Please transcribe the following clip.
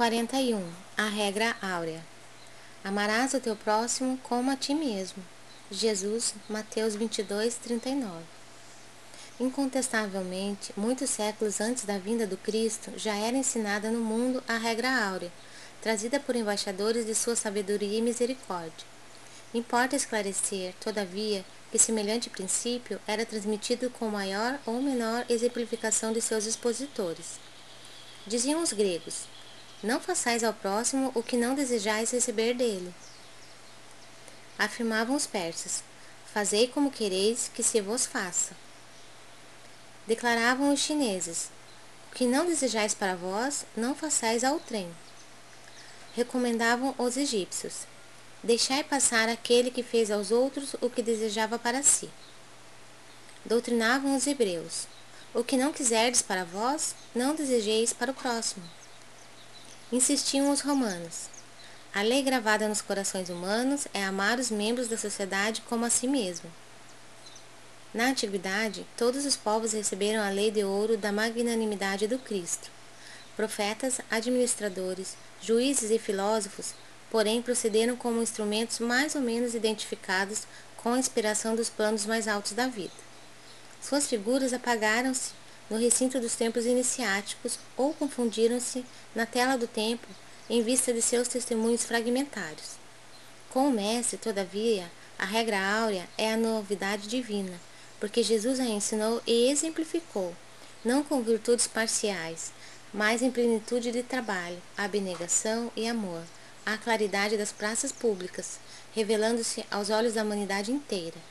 41. A regra áurea. Amarás o teu próximo como a ti mesmo. Jesus, Mateus 22, 39. Incontestavelmente, muitos séculos antes da vinda do Cristo, já era ensinada no mundo a regra áurea, trazida por embaixadores de sua sabedoria e misericórdia. Importa esclarecer, todavia, que semelhante princípio era transmitido com maior ou menor exemplificação de seus expositores. Diziam os gregos: não façais ao próximo o que não desejais receber dele. Afirmavam os persas: fazei como quereis que se vos faça. Declaravam os chineses: o que não desejais para vós, não façais ao trem. Recomendavam os egípcios: deixai passar aquele que fez aos outros o que desejava para si. Doutrinavam os hebreus: o que não quiserdes para vós, não desejeis para o próximo. Insistiam os romanos: a lei gravada nos corações humanos é amar os membros da sociedade como a si mesmo. Na antiguidade, todos os povos receberam a lei de ouro da magnanimidade do Cristo. Profetas, administradores, juízes e filósofos, porém, procederam como instrumentos mais ou menos identificados com a inspiração dos planos mais altos da vida. Suas figuras apagaram-se no recinto dos templos iniciáticos ou confundiram-se na tela do templo em vista de seus testemunhos fragmentários. Com o Mestre, todavia, a regra áurea é a novidade divina, porque Jesus a ensinou e exemplificou, não com virtudes parciais, mas em plenitude de trabalho, abnegação e amor, à claridade das praças públicas, revelando-se aos olhos da humanidade inteira.